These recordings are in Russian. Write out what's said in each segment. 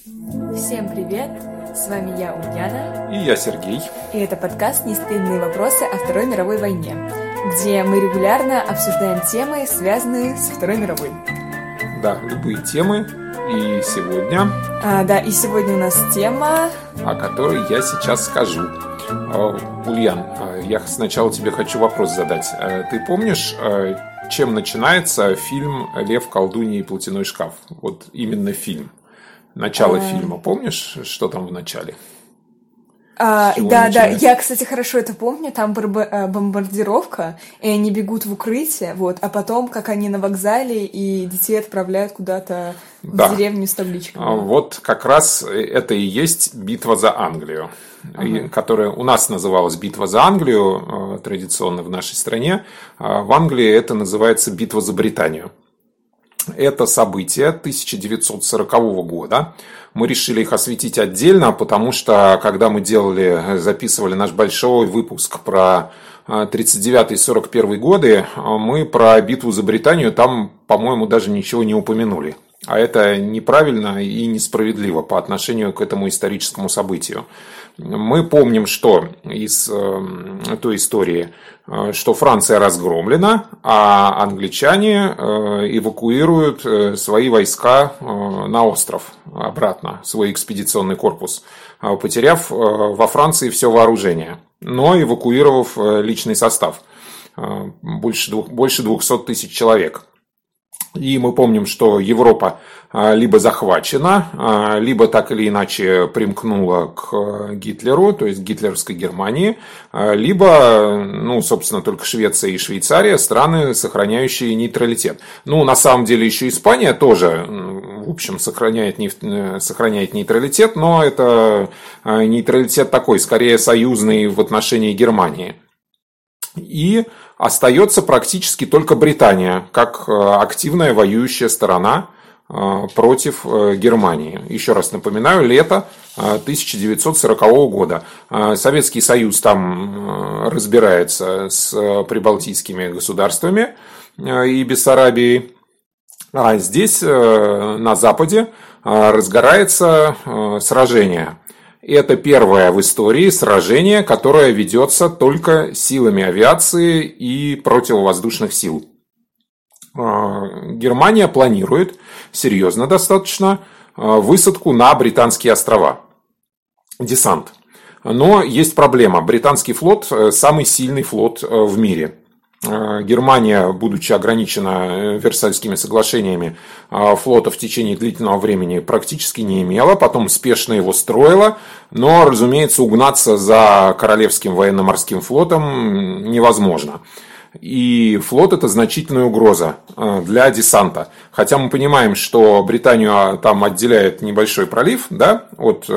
Всем привет! С вами я, Ульяна. И я, Сергей. И это подкаст «Нестыдные вопросы о Второй мировой войне», где мы регулярно обсуждаем темы, связанные с Второй мировой. Да, любые темы. И сегодня... И сегодня у нас тема... о которой я сейчас скажу. Ульян, я сначала тебе хочу вопрос задать. Ты помнишь, чем начинается фильм «Лев, колдунья и платяной шкаф»? Вот именно фильм. Начало фильма. Помнишь, что там в начале? Да, я, кстати, хорошо это помню. Там бомбардировка, и они бегут в укрытие, а потом, как они на вокзале, и детей отправляют куда-то в деревню с табличками. Вот как раз это и есть битва за Англию, которая у нас называлась битва за Англию, традиционно в нашей стране. В Англии это называется битва за Британию. Это события 1940 года. Мы решили их осветить отдельно, потому что, когда мы записывали наш большой выпуск про 1939-1941 годы, мы про битву за Британию там, по-моему, даже ничего не упомянули. А это неправильно и несправедливо по отношению к этому историческому событию. Мы помним, что из той истории, что Франция разгромлена, а англичане эвакуируют свои войска на остров обратно, свой экспедиционный корпус, потеряв во Франции все вооружение, но эвакуировав личный состав, больше 200 тысяч человек. И мы помним, что Европа либо захвачена, либо так или иначе примкнула к Гитлеру, то есть к гитлеровской Германии, либо, собственно, только Швеция и Швейцария, страны, сохраняющие нейтралитет. На самом деле еще Испания тоже, в общем, сохраняет нейтралитет, но это нейтралитет такой, скорее союзный в отношении Германии. И остается практически только Британия, как активная воюющая сторона против Германии. Еще раз напоминаю, лето 1940 года. Советский Союз там разбирается с прибалтийскими государствами и Бессарабией. А здесь, на Западе, разгорается сражение. Это первое в истории сражение, которое ведется только силами авиации и противовоздушных сил. Германия планирует, серьезно достаточно, высадку на Британские острова. Десант. Но есть проблема. Британский флот – самый сильный флот в мире. Германия, будучи ограничена Версальскими соглашениями, флота в течение длительного времени практически не имела, потом спешно его строила, но, разумеется, угнаться за Королевским военно-морским флотом невозможно. И флот – это значительная угроза для десанта. Хотя мы понимаем, что Британию там отделяет небольшой пролив, от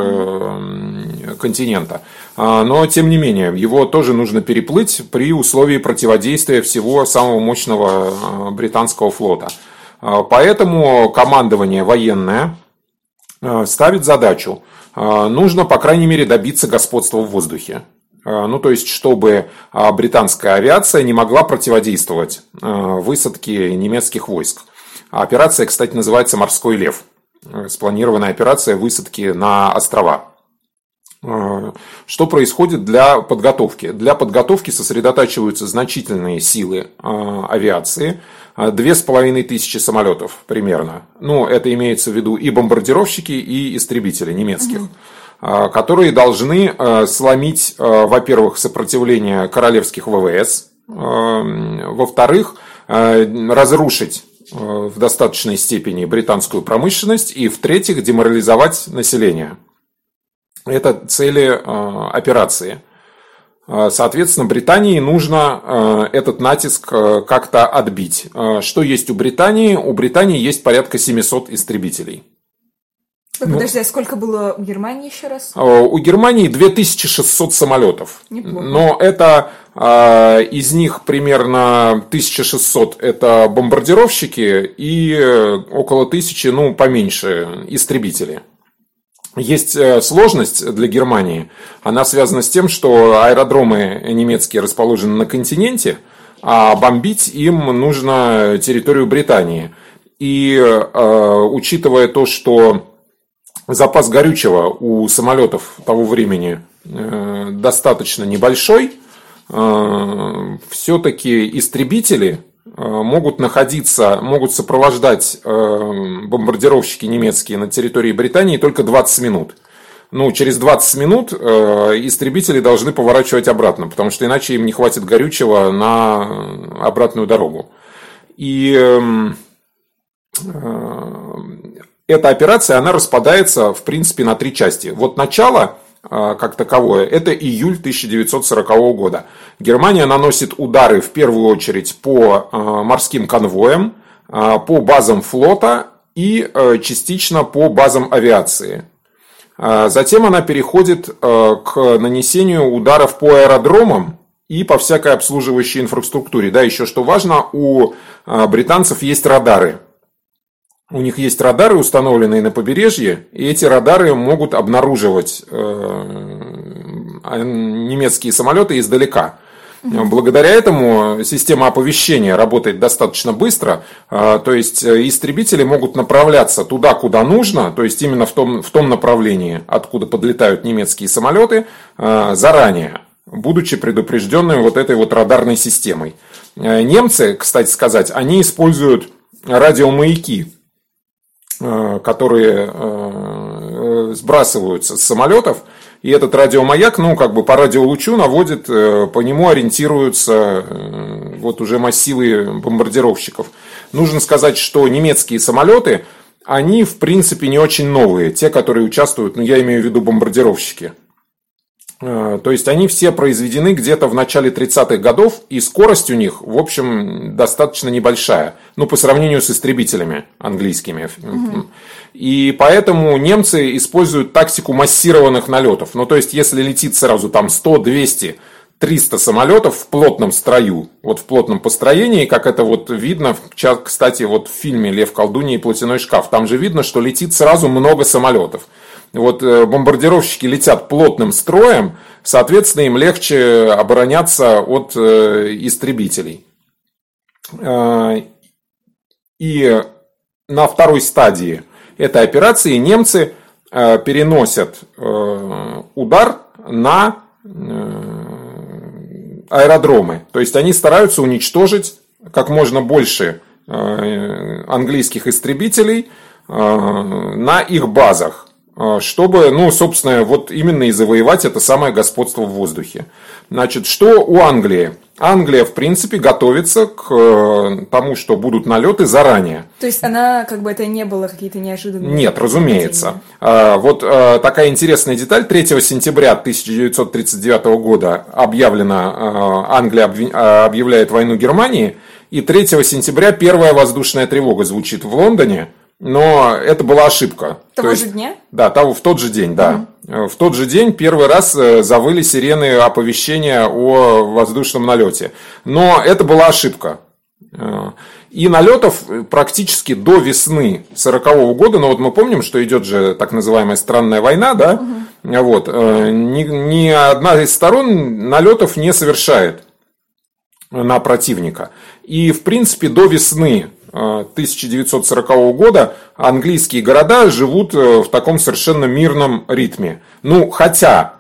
континента. Но, тем не менее, его тоже нужно переплыть при условии противодействия всего самого мощного британского флота. Поэтому командование военное ставит задачу. Нужно, по крайней мере, добиться господства в воздухе. То есть, чтобы британская авиация не могла противодействовать высадке немецких войск. Операция, кстати, называется «Морской лев». Спланированная операция высадки на острова. Что происходит для подготовки? Для подготовки сосредотачиваются значительные силы авиации. 2500 самолетов примерно. Это имеется в виду и бомбардировщики, и истребители немецких. Которые должны сломить, во-первых, сопротивление королевских ВВС, во-вторых, разрушить в достаточной степени британскую промышленность и, в-третьих, деморализовать население. Это цели операции. Соответственно, Британии нужно этот натиск как-то отбить. Что есть у Британии? У Британии есть порядка 700 истребителей. Подожди, а сколько было у Германии еще раз? У Германии 2600 самолетов. Неплохо. Но это из них примерно 1600 это бомбардировщики и около 1000, поменьше, истребители. Есть сложность для Германии. Она связана с тем, что аэродромы немецкие расположены на континенте, а бомбить им нужно территорию Британии. И учитывая то, что запас горючего у самолетов того времени достаточно небольшой, все-таки истребители могут сопровождать бомбардировщики немецкие на территории Британии только 20 минут. Ну, через 20 минут истребители должны поворачивать обратно, потому что иначе им не хватит горючего на обратную дорогу. И эта операция, она распадается, в принципе, на 3 части. Вот начало, как таковое, это июль 1940 года. Германия наносит удары в первую очередь по морским конвоям, по базам флота и частично по базам авиации. Затем она переходит к нанесению ударов по аэродромам и по всякой обслуживающей инфраструктуре. Да, еще что важно, у британцев есть радары. У них есть радары, установленные на побережье, и эти радары могут обнаруживать немецкие самолеты издалека. Благодаря этому система оповещения работает достаточно быстро, то есть истребители могут направляться туда, куда нужно, то есть именно в том направлении, откуда подлетают немецкие самолеты, заранее, будучи предупрежденными вот этой вот радарной системой. Немцы, кстати сказать, они используют радиомаяки, которые сбрасываются с самолетов. И этот радиомаяк, по радиолучу наводит, по нему ориентируются вот уже массивы бомбардировщиков. Нужно сказать, что немецкие самолеты, они в принципе не очень новые. Те, которые участвуют, я имею в виду бомбардировщики. То есть они все произведены где-то в начале 30-х годов, и скорость у них, в общем, достаточно небольшая, по сравнению с истребителями английскими. И поэтому немцы используют тактику массированных налетов. То есть если летит сразу там 100, 200, 300 самолетов в плотном строю, вот в плотном построении, как это вот видно, кстати, вот в фильме «Лев, колдунья и платяной шкаф», там же видно, что летит сразу много самолетов. Вот бомбардировщики летят плотным строем, соответственно, им легче обороняться от истребителей. И на второй стадии этой операции немцы переносят удар на аэродромы. То есть они стараются уничтожить как можно больше английских истребителей на их базах, чтобы, собственно, вот именно и завоевать это самое господство в воздухе. Значит, что у Англии? Англия, в принципе, готовится к тому, что будут налеты заранее. То есть она, это не было какие-то неожиданные... Нет, разумеется. Вот такая интересная деталь. 3 сентября 1939 года Англия объявляет войну Германии, и 3 сентября первая воздушная тревога звучит в Лондоне. Но это была ошибка. Того же дня? Да, в тот же день, да. В тот же день первый раз завыли сирены оповещения о воздушном налете. Но это была ошибка. И налетов практически до весны 1940 года, но вот мы помним, что идет же так называемая странная война, да? Вот. Ни одна из сторон налетов не совершает на противника. И, в принципе, до весны 1940 года английские города живут в таком совершенно мирном ритме. Хотя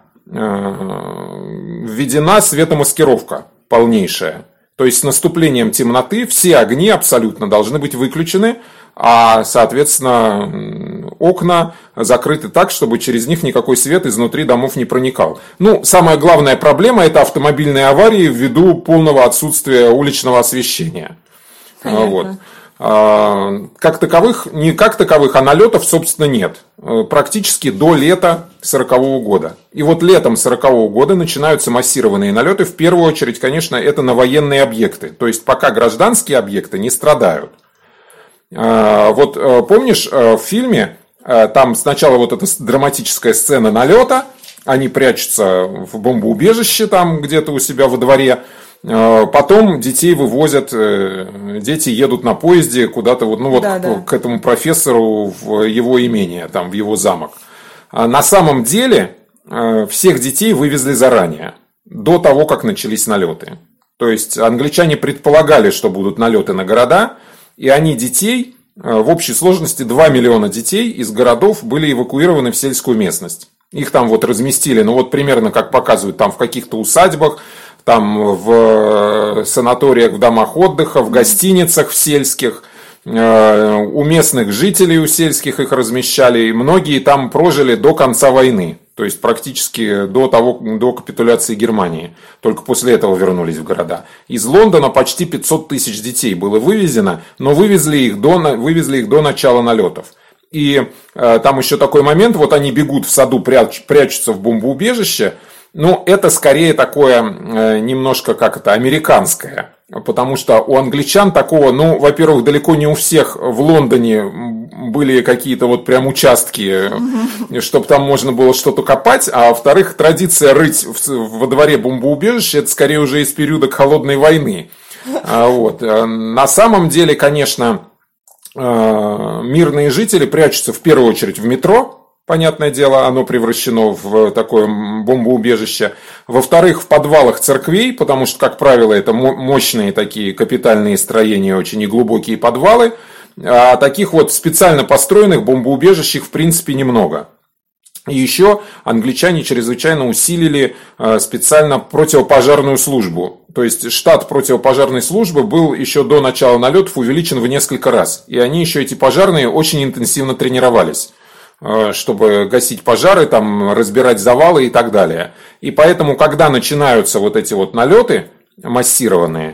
введена светомаскировка полнейшая. То есть с наступлением темноты все огни абсолютно должны быть выключены, а, соответственно, окна закрыты так, чтобы через них никакой свет изнутри домов не проникал. Самая главная проблема – это автомобильные аварии ввиду полного отсутствия уличного освещения. Вот. Как таковых, а налетов, собственно, нет. Практически до лета 1940 года. И вот летом 1940 года начинаются массированные налеты. В первую очередь, конечно, это на военные объекты. То есть пока гражданские объекты не страдают. Вот помнишь, в фильме там сначала вот эта драматическая сцена налета, они прячутся в бомбоубежище там где-то у себя во дворе. Потом детей вывозят, дети едут на поезде куда-то к этому профессору в его имение, там, в его замок. А на самом деле всех детей вывезли заранее, до того, как начались налеты. То есть англичане предполагали, что будут налеты на города, и они детей в общей сложности 2 миллиона детей из городов были эвакуированы в сельскую местность. Их там вот разместили, ну вот примерно как показывают, там в каких-то усадьбах, там в санаториях, в домах отдыха, в гостиницах в сельских, у местных жителей, у сельских их размещали, и многие там прожили до конца войны, то есть практически до капитуляции Германии. Только после этого вернулись в города. Из Лондона почти 500 тысяч детей было вывезено, но вывезли их до начала налетов. И там еще такой момент, вот они бегут в саду, прячутся в бомбоубежище. Ну, это скорее такое немножко, американское. Потому что у англичан такого, ну, во-первых, далеко не у всех в Лондоне были какие-то вот прям участки, чтобы там можно было что-то копать. А во-вторых, традиция рыть во дворе бомбоубежища, это скорее уже из периода Холодной войны. Вот. На самом деле, конечно, мирные жители прячутся в первую очередь в метро. Понятное дело, оно превращено в такое бомбоубежище. Во-вторых, в подвалах церквей, потому что, как правило, это мощные такие капитальные строения, очень неглубокие подвалы. А таких вот специально построенных бомбоубежищ их, в принципе, немного. И еще англичане чрезвычайно усилили специально противопожарную службу. То есть штат противопожарной службы был еще до начала налетов увеличен в несколько раз. И они еще, эти пожарные, очень интенсивно тренировались, чтобы гасить пожары, там, разбирать завалы и так далее. И поэтому, когда начинаются вот эти вот налеты массированные,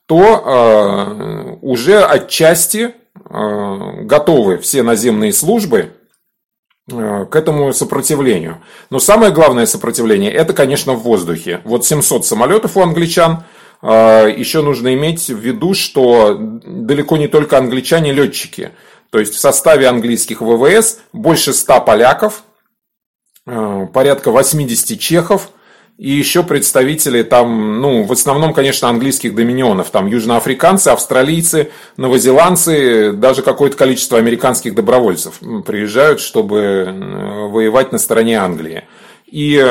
то уже отчасти готовы все наземные службы к этому сопротивлению. Но самое главное сопротивление, это, конечно, в воздухе. Вот 700 самолетов у англичан. Еще нужно иметь в виду, что далеко не только англичане-летчики. То есть в составе английских ВВС больше 100 поляков, порядка 80 чехов и еще представители там, ну, в основном, конечно, английских доминионов. Там южноафриканцы, австралийцы, новозеландцы, даже какое-то количество американских добровольцев приезжают, чтобы воевать на стороне Англии. И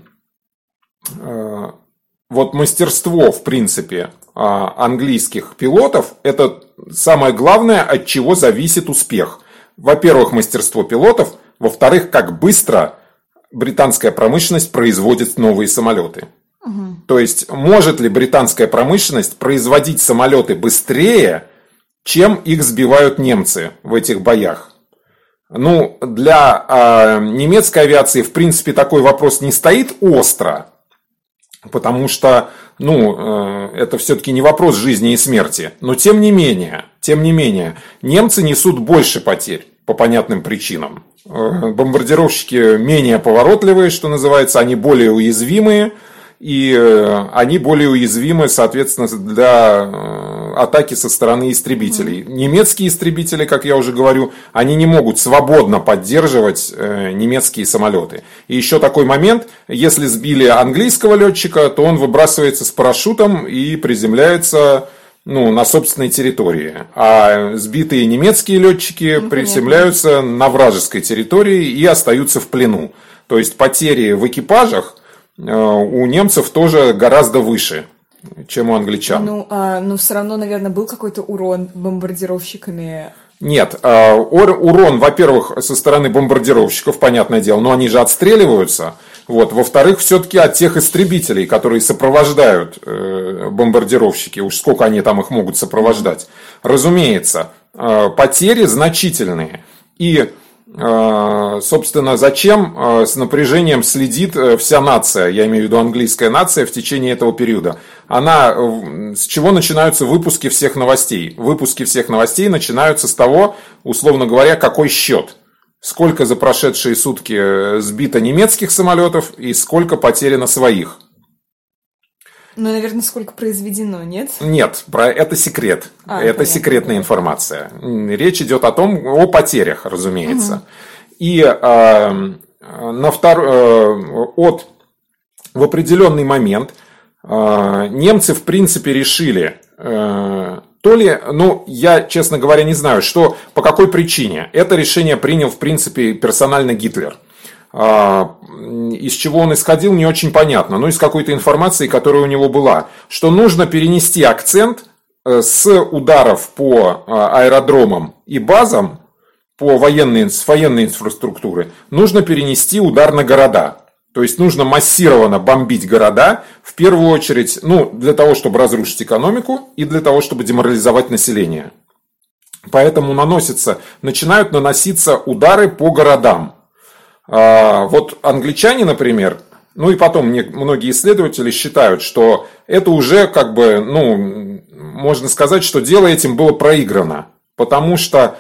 вот мастерство, в принципе, английских пилотов – это самое главное, от чего зависит успех. Во-первых, мастерство пилотов. Во-вторых, как быстро британская промышленность производит новые самолеты. То есть, может ли британская промышленность производить самолеты быстрее, чем их сбивают немцы в этих боях? Ну, для немецкой авиации, в принципе, такой вопрос не стоит остро. Потому что, ну, это все-таки не вопрос жизни и смерти. Но тем не менее, немцы несут больше потерь по понятным причинам. Бомбардировщики менее поворотливые, что называется, они более уязвимые. И они более уязвимы, соответственно, для атаки со стороны истребителей. Немецкие истребители, как я уже говорю, они не могут свободно поддерживать немецкие самолеты. И еще такой момент, если сбили английского летчика, то он выбрасывается с парашютом и приземляется, ну, на собственной территории. А сбитые немецкие летчики приземляются на вражеской территории и остаются в плену. То есть потери в экипажах у немцев тоже гораздо выше, чем у англичан. Ну, все равно, наверное, был какой-то урон бомбардировщиками. Нет, урон, во-первых, со стороны бомбардировщиков, понятное дело, но они же отстреливаются. Вот. Во-вторых, все-таки от тех истребителей, которые сопровождают бомбардировщики, уж сколько они там их могут сопровождать. Разумеется, потери значительные. И собственно, зачем с напряжением следит вся нация, я имею в виду английская нация, в течение этого периода? С чего начинаются выпуски всех новостей? Выпуски всех новостей начинаются с того, условно говоря, какой счет. Сколько за прошедшие сутки сбито немецких самолетов и сколько потеряно своих. Ну, наверное, сколько произведено, нет? Нет, это секрет. Это секретная информация. Речь идет о потерях, разумеется. И в определенный момент немцы, в принципе, решили, я, честно говоря, не знаю, по какой причине. Это решение принял, в принципе, персонально Гитлер. Из чего он исходил, не очень понятно, но из какой-то информации, которая у него была, что нужно перенести акцент с ударов по аэродромам и базам с военной инфраструктуры нужно перенести удар на города. То есть нужно массированно бомбить города, в первую очередь, для того, чтобы разрушить экономику и для того, чтобы деморализовать население. Поэтому начинают наноситься удары по городам. Вот англичане, например, и потом многие исследователи считают, что это уже можно сказать, что дело этим было проиграно. Потому что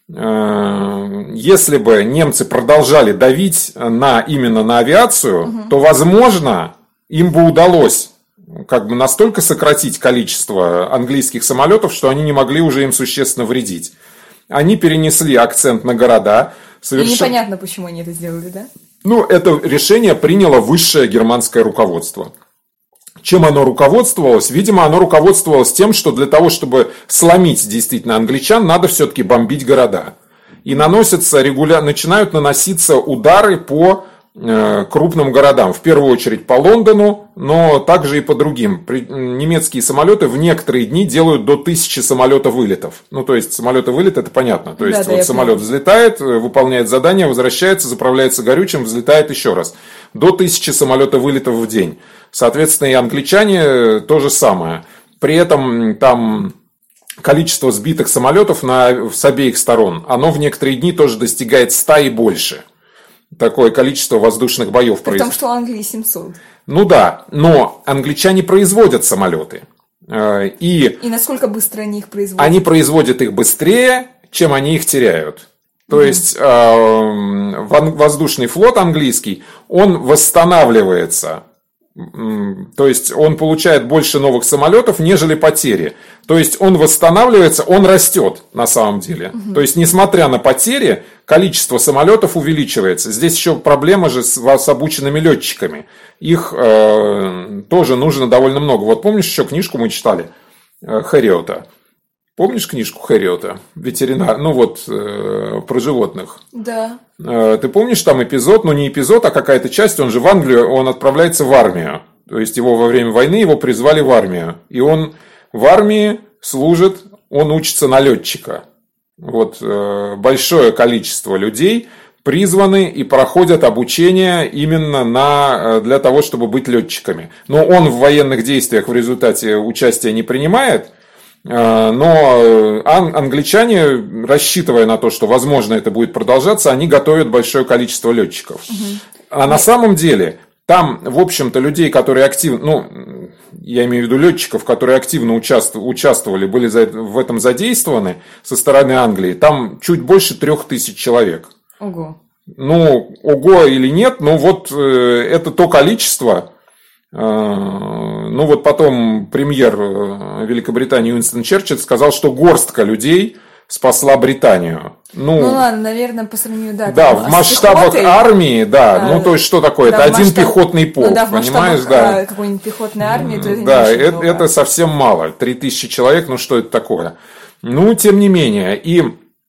если бы немцы продолжали давить именно на авиацию, то, возможно, им бы удалось настолько сократить количество английских самолетов, что они не могли уже им существенно вредить. Они перенесли акцент на города. И непонятно, почему они это сделали, да? Это решение приняло высшее германское руководство. Чем оно руководствовалось? Видимо, оно руководствовалось тем, что для того, чтобы сломить действительно англичан, надо все-таки бомбить города. И начинают наноситься удары по крупным городам. В первую очередь по Лондону, но также и по другим. Немецкие самолеты в некоторые дни делают до 1000 самолета-вылетов. То есть самолеты-вылет, это понятно. То есть самолет взлетает, выполняет задание, возвращается, заправляется горючим, взлетает еще раз. До 1000 самолета-вылетов в день. Соответственно, и англичане то же самое. При этом там количество сбитых самолетов с обеих сторон, оно в некоторые дни тоже достигает 100 и больше. Такое количество воздушных боев происходит. Потому что у Англии 700. Да, но англичане производят самолеты. И насколько быстро они их производят? Они производят их быстрее, чем они их теряют. То есть воздушный флот английский, он восстанавливается. То есть он получает больше новых самолетов, нежели потери. То есть он восстанавливается, он растет на самом деле. То есть несмотря на потери, количество самолетов увеличивается. Здесь еще проблема же с обученными летчиками. Их тоже нужно довольно много. Вот помнишь, еще книжку мы читали Хэриота? Помнишь книжку Хэриота? Ветеринар, про животных. Да. Ты помнишь там эпизод, не эпизод, а какая-то часть, он же в Англию, он отправляется в армию. То есть его во время войны его призвали в армию. И он в армии служит, он учится на летчика. Большое количество людей призваны и проходят обучение именно для того, чтобы быть летчиками. Но он в военных действиях в результате участия не принимает. Но англичане, рассчитывая на то, что, возможно, это будет продолжаться, они готовят большое количество летчиков. А на самом деле, там, в общем-то, людей, которые активно, я имею в виду летчиков, которые активно участвовали, были в этом задействованы со стороны Англии, там чуть больше 3000 человек. Ого. Ого или нет, это то количество. Потом премьер Великобритании Уинстон Черчилль сказал, что горстка людей спасла Британию. Ладно, наверное, по сравнению, в масштабах армии, то есть что такое? Это один пехотный полк, понимаешь? Да, какой-нибудь пехотной армии, то это не очень много. Это совсем мало. 3000 человек, что это такое? Тем не менее, и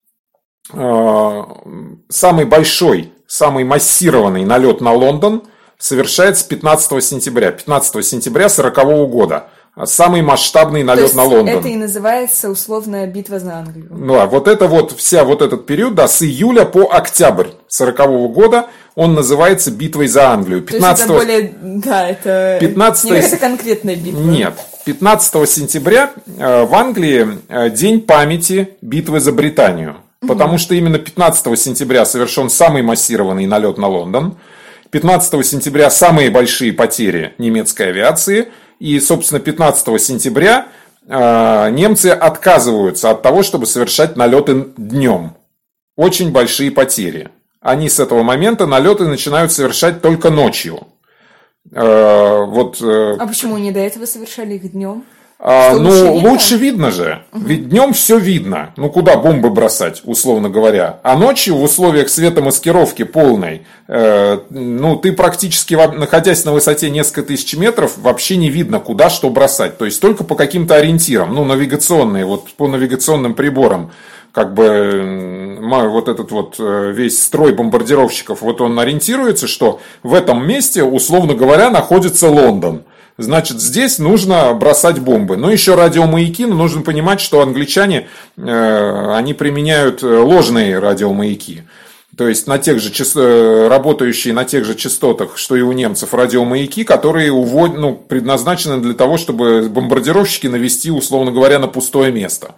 самый большой, самый массированный налет на Лондон совершается 15 сентября. 15 сентября 1940 года. Самый масштабный налет на Лондон. Это и называется условная битва за Англию. Этот период, с июля по октябрь 1940 года, он называется битвой за Англию. 15... То есть это 15... не это конкретная битва. Нет. 15 сентября в Англии день памяти битвы за Британию. Потому что именно 15 сентября совершен самый массированный налет на Лондон. 15 сентября самые большие потери немецкой авиации. И, собственно, 15 сентября немцы отказываются от того, чтобы совершать налеты днем. Очень большие потери. Они с этого момента налеты начинают совершать только ночью. А почему они до этого совершали их днем? Лучше видно же. Ведь днем все видно. Куда бомбы бросать, условно говоря. А ночью в условиях светомаскировки полной, ты практически, находясь на высоте несколько тысяч метров, вообще не видно, куда что бросать. То есть только по каким-то ориентирам, навигационные, по навигационным приборам. Весь строй бомбардировщиков, он ориентируется, что в этом месте, условно говоря, находится Лондон. значит, здесь нужно бросать бомбы. Но еще радиомаяки, но нужно понимать, что англичане, они применяют ложные радиомаяки. То есть на тех же работающие на тех же частотах, что и у немцев, радиомаяки, которые предназначены для того, чтобы бомбардировщики навести, условно говоря, на пустое место.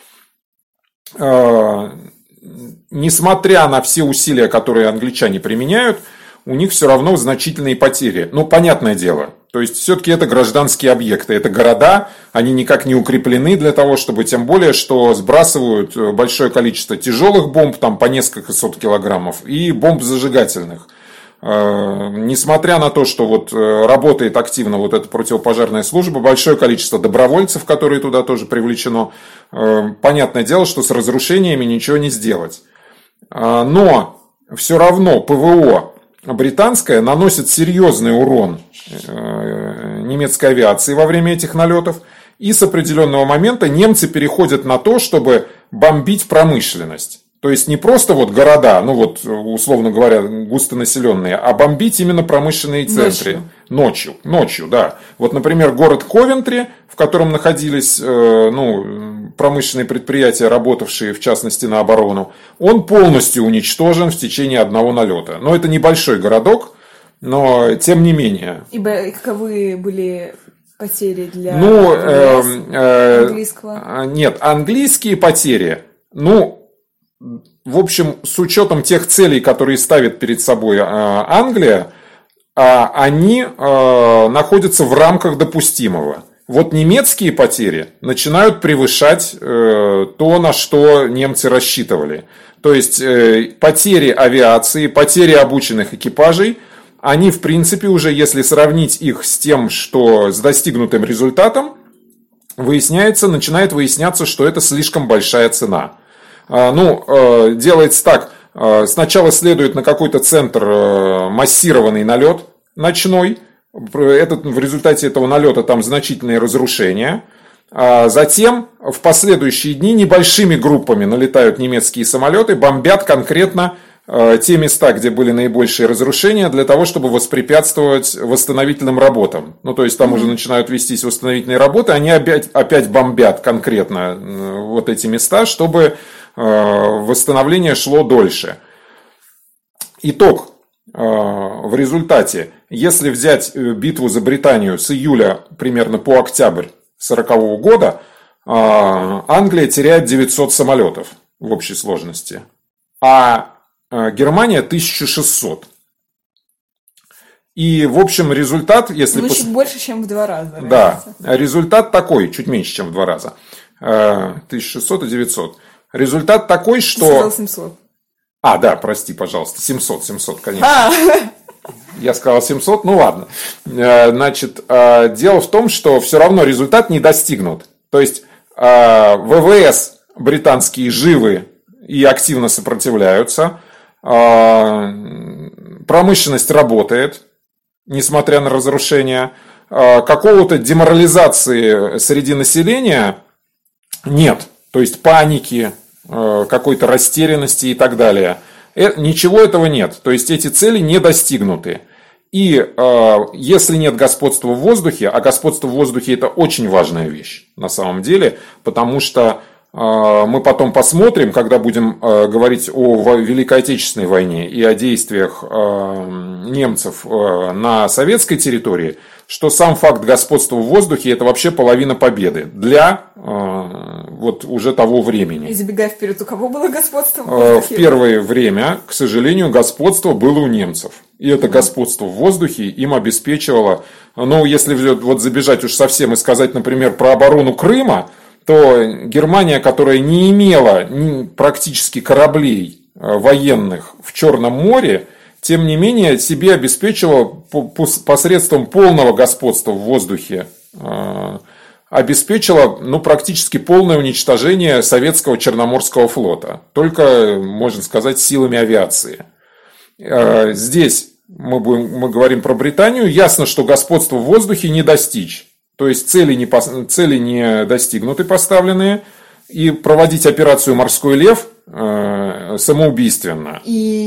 Несмотря на все усилия, которые англичане применяют, у них все равно значительные потери. Ну, понятное дело. То есть, все-таки это гражданские объекты, это города, они никак не укреплены для того, чтобы, тем более, что сбрасывают большое количество тяжелых бомб, там по несколько сот килограммов, и бомб зажигательных. Несмотря на то, что вот работает активно вот эта противопожарная служба, большое количество добровольцев, которые туда тоже привлечено, понятное дело, что с разрушениями ничего не сделать. Но все равно ПВО британская наносит серьезный урон немецкой авиации во время этих налетов. И с определенного момента немцы переходят на то, чтобы бомбить промышленность. То есть не просто вот города, ну вот условно говоря, густонаселенные, а бомбить именно промышленные центры. Ночью, да. Вот, например, город Ковентри, в котором находились промышленные предприятия, работавшие в частности на оборону, он полностью уничтожен в течение одного налета. Но это небольшой городок, но тем не менее. Ибо каковы были потери для английского? Нет, английские потери, в общем, с учетом тех целей, которые ставит перед собой Англия, они находятся в рамках допустимого. Вот немецкие потери начинают превышать то, на что немцы рассчитывали. То есть потери авиации, потери обученных экипажей, они в принципе уже, если сравнить их с тем, что с достигнутым результатом, начинает выясняться, что это слишком большая цена. Делается так. Сначала следует на какой-то центр массированный налет ночной. В результате этого налета там значительные разрушения. Затем в последующие дни небольшими группами налетают немецкие самолеты, бомбят конкретно те места, где были наибольшие разрушения, для того, чтобы воспрепятствовать восстановительным работам. То есть там уже начинают вестись восстановительные работы, они опять бомбят конкретно вот эти места, чтобы восстановление шло дольше. Итог. В результате, если взять битву за Британию с июля примерно по октябрь 1940 года, Англия теряет 900 самолетов в общей сложности, а Германия 1600. И, в общем, результат, если... чуть больше, чем в 2 раза. Да, результат такой, чуть меньше, чем в 2 раза. 1600 и 900. Результат такой, что... Ты сказал 700. Да, прости, пожалуйста. 700, конечно. Я сказал 700, ладно. Значит, дело в том, что все равно результат не достигнут. То есть, ВВС британские живы и активно сопротивляются. Промышленность работает, несмотря на разрушения. Какого-то деморализации среди населения нет. То есть, паники, какой-то растерянности и так далее. Ничего этого нет. То есть, эти цели не достигнуты. И если нет господства в воздухе, а господство в воздухе это очень важная вещь на самом деле, потому что мы потом посмотрим, когда будем говорить о Великой Отечественной войне и о действиях немцев на советской территории, что сам факт господства в воздухе это вообще половина победы для вот уже того времени. И забегая вперед, у кого было господство в воздухе? В первое время, к сожалению, господство было у немцев. И это господство в воздухе им обеспечивало, если вот забежать уж совсем и сказать, например, про оборону Крыма, то Германия, которая не имела практически кораблей военных в Черном море, тем не менее себе обеспечивала посредством полного господства в воздухе, обеспечила практически полное уничтожение советского Черноморского флота. Только, можно сказать, силами авиации. Здесь мы говорим про Британию. Ясно, что господство в воздухе не достичь. То есть цели не достигнуты поставленные. И проводить операцию «Морской лев» самоубийственно. И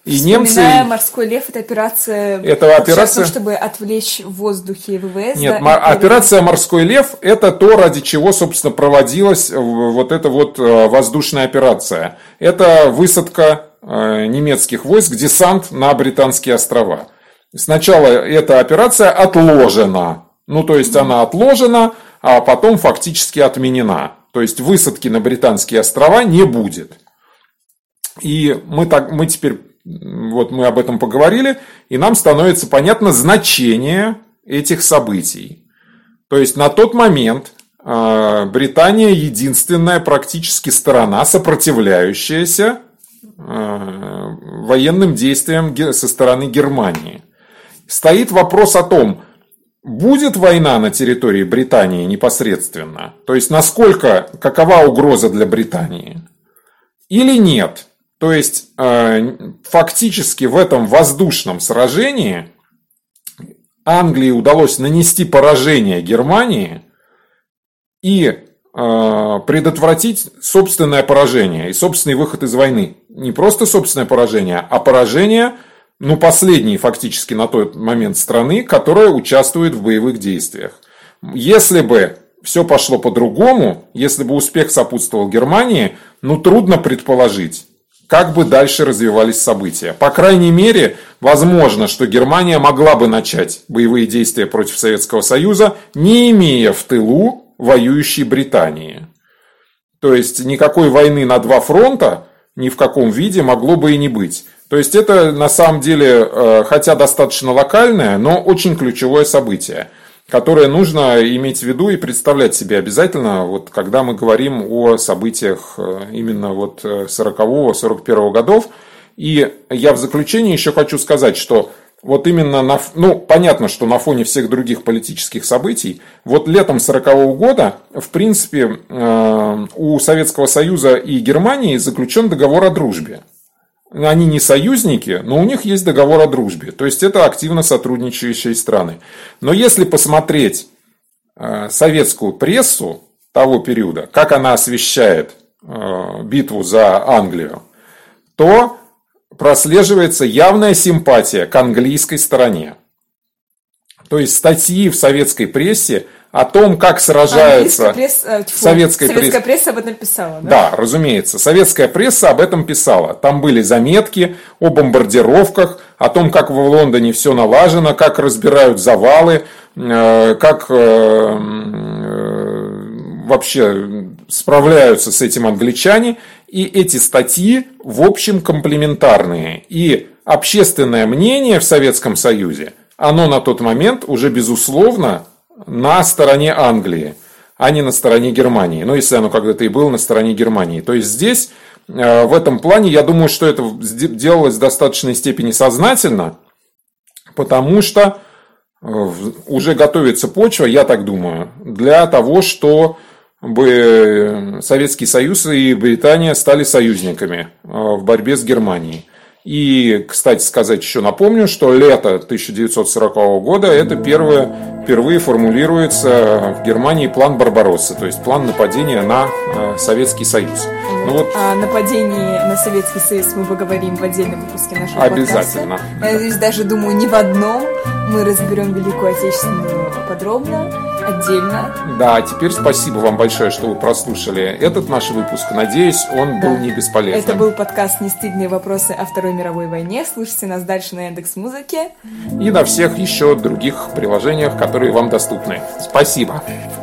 И немцы... «Морской лев» — это операция, чтобы отвлечь в воздухе ВВС. Нет, операция «Морской лев» — это то, ради чего, собственно, проводилась вот эта вот воздушная операция. Это высадка немецких войск, десант на Британские острова. Сначала эта операция отложена. Ну, то есть, она отложена, а потом фактически отменена. То есть, высадки на Британские острова не будет. И мы теперь... Вот мы об этом поговорили, и нам становится понятно значение этих событий. То есть на тот момент Британия единственная практически сторона, сопротивляющаяся военным действиям со стороны Германии. Стоит вопрос о том, будет война на территории Британии непосредственно, то есть какова угроза для Британии, или нет. То есть, фактически в этом воздушном сражении Англии удалось нанести поражение Германии и предотвратить собственное поражение и собственный выход из войны. Не просто собственное поражение, а поражение, последней фактически на тот момент страны, которая участвует в боевых действиях. Если бы все пошло по-другому, если бы успех сопутствовал Германии, трудно предположить, как бы дальше развивались события. По крайней мере, возможно, что Германия могла бы начать боевые действия против Советского Союза, не имея в тылу воюющей Британии. То есть, никакой войны на два фронта ни в каком виде могло бы и не быть. То есть, это на самом деле, хотя достаточно локальное, но очень ключевое событие, которое нужно иметь в виду и представлять себе обязательно, когда мы говорим о событиях именно 40-го, 41-го годов. И я в заключение еще хочу сказать, что именно понятно, что на фоне всех других политических событий, летом 40-го года, в принципе, у Советского Союза и Германии заключен договор о дружбе. Они не союзники, но у них есть договор о дружбе. То есть, это активно сотрудничающие страны. Но если посмотреть советскую прессу того периода, как она освещает битву за Англию, то прослеживается явная симпатия к английской стороне. То есть, статьи в советской прессе о том, как сражаются... Советская пресса об этом писала, да? Да, разумеется. Советская пресса об этом писала. Там были заметки о бомбардировках, о том, как в Лондоне все налажено, как разбирают завалы, как вообще справляются с этим англичане. И эти статьи, в общем, комплементарные. И общественное мнение в Советском Союзе, оно на тот момент уже, безусловно, на стороне Англии, а не на стороне Германии. Если оно когда-то и было на стороне Германии. То есть, здесь, в этом плане, я думаю, что это делалось в достаточной степени сознательно, потому что уже готовится почва, я так думаю, для того, чтобы Советский Союз и Британия стали союзниками в борьбе с Германией. И, кстати сказать, еще напомню, что лето 1940 года это впервые формулируется в Германии план Барбароссы, то есть план нападения на Советский Союз. О нападении на Советский Союз мы поговорим в отдельном выпуске нашего обязательно. подкаста. Обязательно. Даже, думаю, не в одном. Мы разберем Великую Отечественную подробно, отдельно. Да, теперь спасибо вам большое, что вы прослушали этот наш выпуск. Надеюсь, он был не бесполезным. Это был подкаст «Нестыдные вопросы о Второй мировой войне». Слушайте нас дальше на Яндекс.Музыке. И на всех еще других приложениях, которые вам доступны. Спасибо.